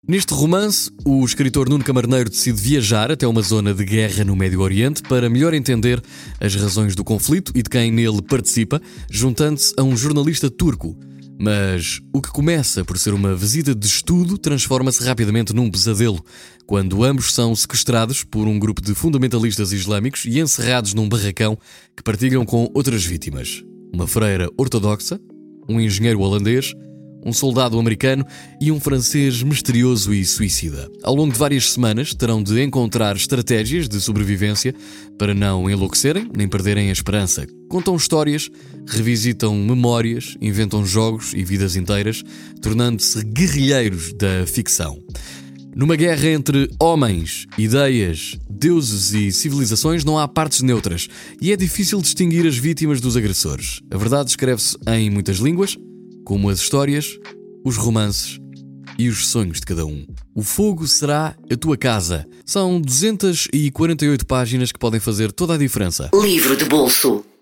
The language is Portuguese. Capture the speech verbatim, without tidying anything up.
Neste romance, o escritor Nuno Camarneiro decide viajar até uma zona de guerra no Médio Oriente para melhor entender as razões do conflito e de quem nele participa, juntando-se a um jornalista turco. Mas o que começa por ser uma visita de estudo transforma-se rapidamente num pesadelo, quando ambos são sequestrados por um grupo de fundamentalistas islâmicos e encerrados num barracão que partilham com outras vítimas. Uma freira ortodoxa, um engenheiro holandês, um soldado americano e um francês misterioso e suicida. Ao longo de várias semanas terão de encontrar estratégias de sobrevivência para não enlouquecerem nem perderem a esperança. Contam histórias, revisitam memórias, inventam jogos e vidas inteiras, tornando-se guerrilheiros da ficção. Numa guerra entre homens, ideias, deuses e civilizações não há partes neutras e é difícil distinguir as vítimas dos agressores. A verdade escreve-se em muitas línguas, como as histórias, os romances e os sonhos de cada um. O fogo será a tua casa. São duzentas e quarenta e oito páginas que podem fazer toda a diferença. Livro de bolso.